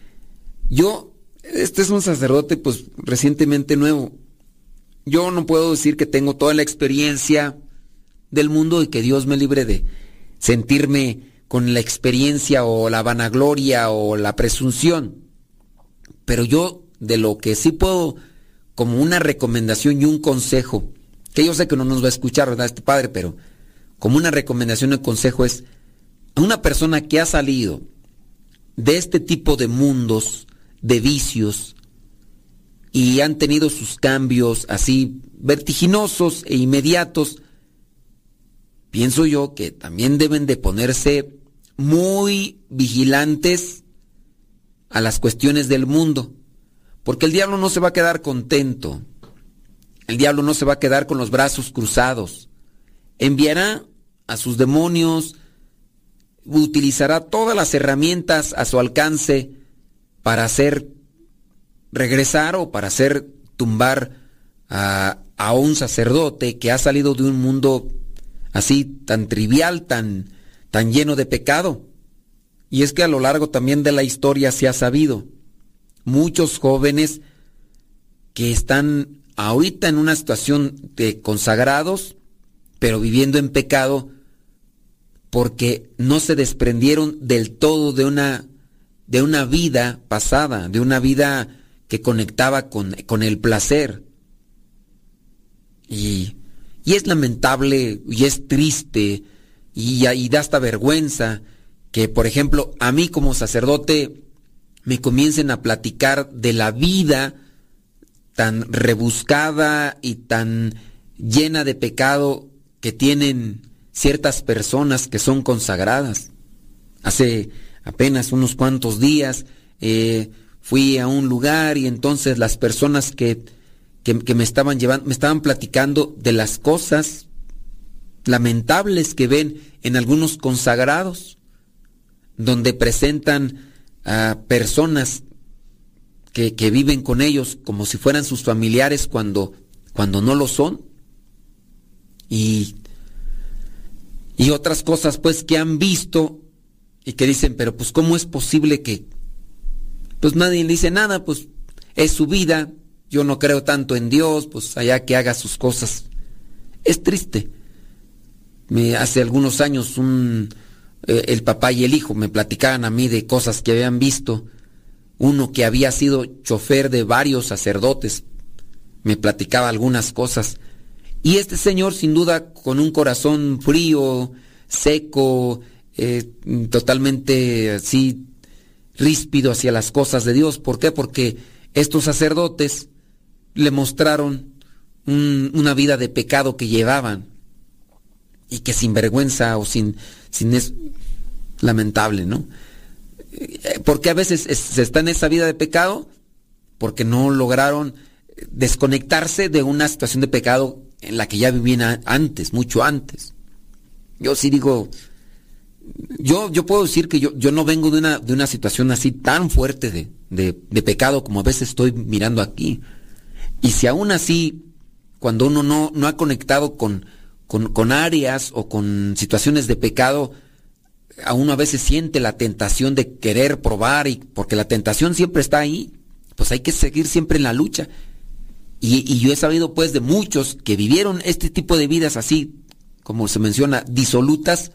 Este es un sacerdote pues recientemente nuevo. Yo no puedo decir que tengo toda la experiencia del mundo y que Dios me libre de sentirme con la experiencia o la vanagloria o la presunción. Pero yo de lo que sí puedo, como una recomendación y un consejo, que yo sé que no nos va a escuchar, ¿verdad?, este padre, pero como una recomendación y un consejo es a una persona que ha salido de este tipo de mundos, de vicios, y han tenido sus cambios así vertiginosos e inmediatos, pienso yo que también deben de ponerse muy vigilantes a las cuestiones del mundo, Porque el diablo no se va a quedar contento. El diablo no se va a quedar con los brazos cruzados. Enviará a sus demonios, utilizará todas las herramientas a su alcance para hacer regresar o para hacer tumbar a un sacerdote que ha salido de un mundo así tan trivial, tan lleno de pecado. Y es que a lo largo también de la historia se ha sabido muchos jóvenes que están ahorita en una situación de consagrados, pero viviendo en pecado porque no se desprendieron del todo de una vida pasada, de una vida que conectaba con el placer. Y es lamentable y es triste y da hasta vergüenza que, por ejemplo, a mí como sacerdote me comiencen a platicar de la vida tan rebuscada y tan llena de pecado que tienen ciertas personas que son consagradas. Hace apenas unos cuantos días fui a un lugar y entonces las personas que me estaban llevando, me estaban platicando de las cosas lamentables que ven en algunos consagrados, donde presentan a personas que viven con ellos como si fueran sus familiares cuando no lo son, y otras cosas pues que han visto y que dicen, pero pues ¿cómo es posible que pues nadie le dice nada? Pues es su vida, yo no creo tanto en Dios, pues allá que haga sus cosas. Es triste. Hace algunos años el papá y el hijo me platicaban a mí de cosas que habían visto. Uno que había sido chofer de varios sacerdotes me platicaba algunas cosas. Y este señor, sin duda, con un corazón frío, seco, totalmente así ríspido hacia las cosas de Dios. ¿Por qué? Porque estos sacerdotes le mostraron una vida de pecado que llevaban y que sin vergüenza o sin es lamentable, ¿no? Porque a veces se está en esa vida de pecado porque no lograron desconectarse de una situación de pecado en la que ya vivían antes, mucho antes. Yo sí digo, yo puedo decir que yo no vengo de una situación así tan fuerte de pecado como a veces estoy mirando aquí. Y si aún así, cuando uno no ha conectado con áreas o con situaciones de pecado, a uno a veces siente la tentación de querer probar, y porque la tentación siempre está ahí, pues hay que seguir siempre en la lucha. Y yo he sabido pues de muchos que vivieron este tipo de vidas así, como se menciona, disolutas.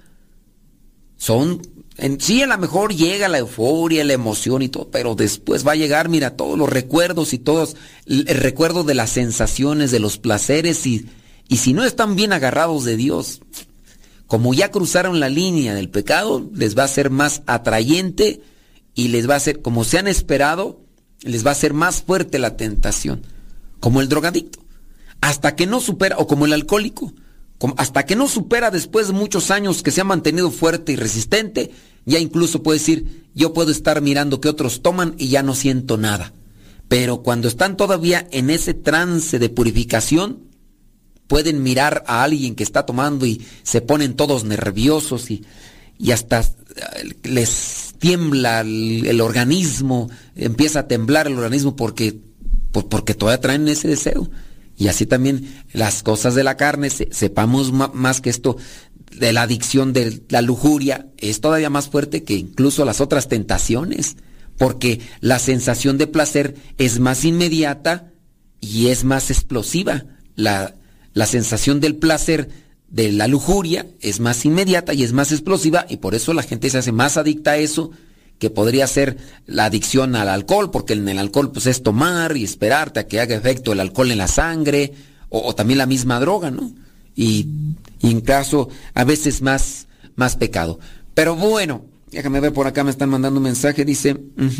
Sí, a lo mejor llega la euforia, la emoción y todo, pero después va a llegar, mira, todos los recuerdos y todos, el recuerdo de las sensaciones, de los placeres, y si no están bien agarrados de Dios, como ya cruzaron la línea del pecado, les va a ser más atrayente y les va a ser, como se han esperado, les va a ser más fuerte la tentación. Como el drogadicto, hasta que no supera, o como el alcohólico, hasta que no supera después de muchos años que se ha mantenido fuerte y resistente, ya incluso puede decir, yo puedo estar mirando que otros toman y ya no siento nada. Pero cuando están todavía en ese trance de purificación, pueden mirar a alguien que está tomando y se ponen todos nerviosos y hasta les tiembla el organismo, empieza a temblar el organismo porque todavía traen ese deseo. Y así también las cosas de la carne, sepamos más que esto de la adicción de la lujuria es todavía más fuerte que incluso las otras tentaciones, porque la sensación de placer es más inmediata y es más explosiva. La sensación del placer de la lujuria es más inmediata y es más explosiva, y por eso la gente se hace más adicta a eso, que podría ser la adicción al alcohol, porque en el alcohol pues es tomar y esperarte a que haga efecto el alcohol en la sangre, o también la misma droga, ¿no? Y en caso a veces más pecado. Pero bueno, déjame ver, por acá me están mandando un mensaje, dice,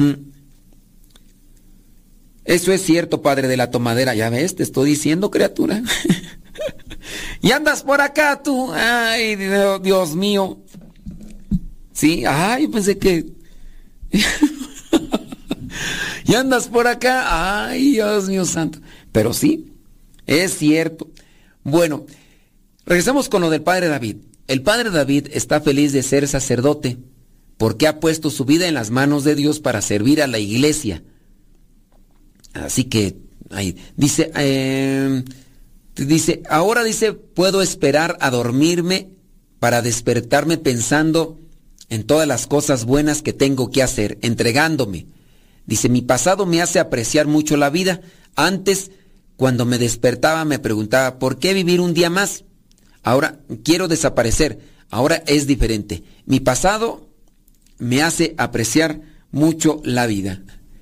eso es cierto, padre de la tomadera, ya ves, te estoy diciendo, criatura. Y andas por acá tú, ay, Dios mío. Sí, ay, pensé que y andas por acá. Ay, Dios mío santo. Pero sí, es cierto. Bueno, regresamos con lo del padre David. El padre David está feliz de ser sacerdote porque ha puesto su vida en las manos de Dios para servir a la iglesia. Así que, ahí, dice, ahora dice, puedo esperar a dormirme para despertarme pensando en todas las cosas buenas que tengo que hacer, entregándome. Dice, mi pasado me hace apreciar mucho la vida. Antes, cuando me despertaba, me preguntaba, ¿por qué vivir un día más? Ahora quiero desaparecer. Ahora es diferente. Mi pasado me hace apreciar mucho la vida.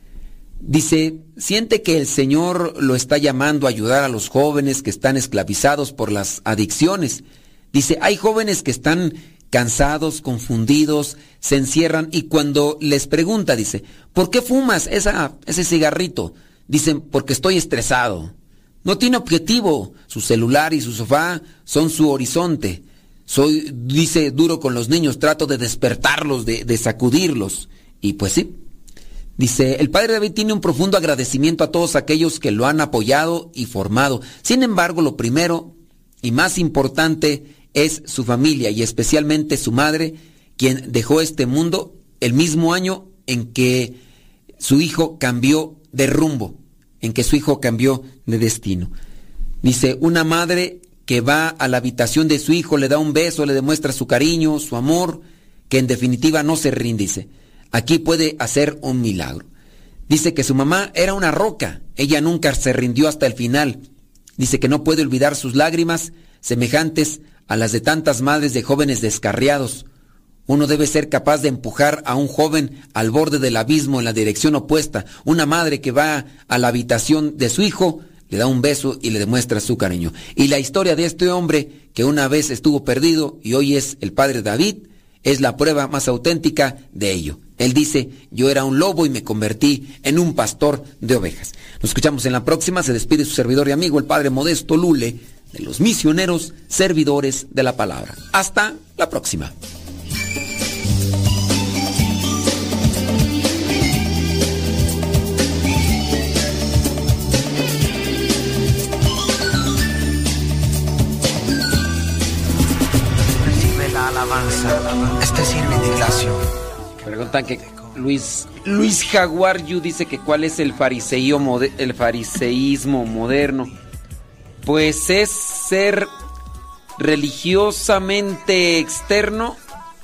Dice, siente que el Señor lo está llamando a ayudar a los jóvenes que están esclavizados por las adicciones. Dice, hay jóvenes que están cansados, confundidos, se encierran y cuando les pregunta, dice, ¿por qué fumas ese cigarrito? Dicen, porque estoy estresado. No tiene objetivo. Su celular y su sofá son su horizonte. Soy, dice, duro con los niños, trato de despertarlos, de sacudirlos. Y pues sí. Dice, el padre David tiene un profundo agradecimiento a todos aquellos que lo han apoyado y formado. Sin embargo, lo primero y más importante es su familia y especialmente su madre, quien dejó este mundo el mismo año en que su hijo cambió de rumbo, en que su hijo cambió de destino. Dice, una madre que va a la habitación de su hijo, le da un beso, le demuestra su cariño, su amor, que en definitiva no se rinde, dice. Aquí puede hacer un milagro. Dice que su mamá era una roca, ella nunca se rindió hasta el final. Dice que no puede olvidar sus lágrimas, semejantes a las de tantas madres de jóvenes descarriados. Uno debe ser capaz de empujar a un joven al borde del abismo en la dirección opuesta. Una madre que va a la habitación de su hijo, le da un beso y le demuestra su cariño. Y la historia de este hombre que una vez estuvo perdido y hoy es el padre David, es la prueba más auténtica de ello. Él dice, yo era un lobo y me convertí en un pastor de ovejas. Nos escuchamos en la próxima. Se despide su servidor y amigo, el padre Modesto Lule, de los misioneros servidores de la palabra. Hasta la próxima.
Recibe la alabanza. Este sirve de Ignacio.
Preguntan que Luis Jaguar Yu dice que cuál es el fariseísmo moderno. Pues es ser religiosamente externo,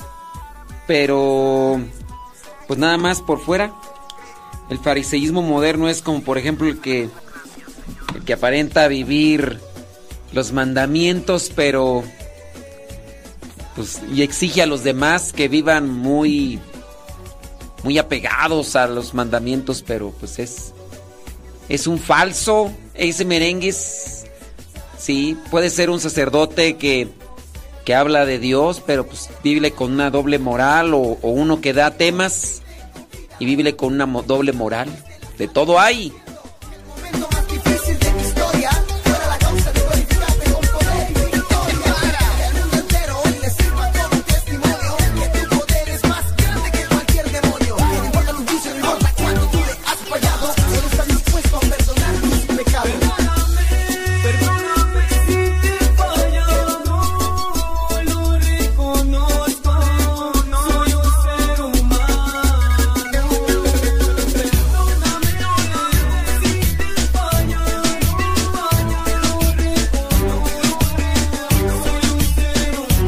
pero pues nada más por fuera. El fariseísmo moderno es como, por ejemplo, el que aparenta vivir los mandamientos, pero pues y exige a los demás que vivan muy apegados a los mandamientos, pero pues es un falso. Ese merengue sí, puede ser un sacerdote que habla de Dios, pero pues vive con una doble moral, o uno que da temas y vive con una doble moral. De todo hay.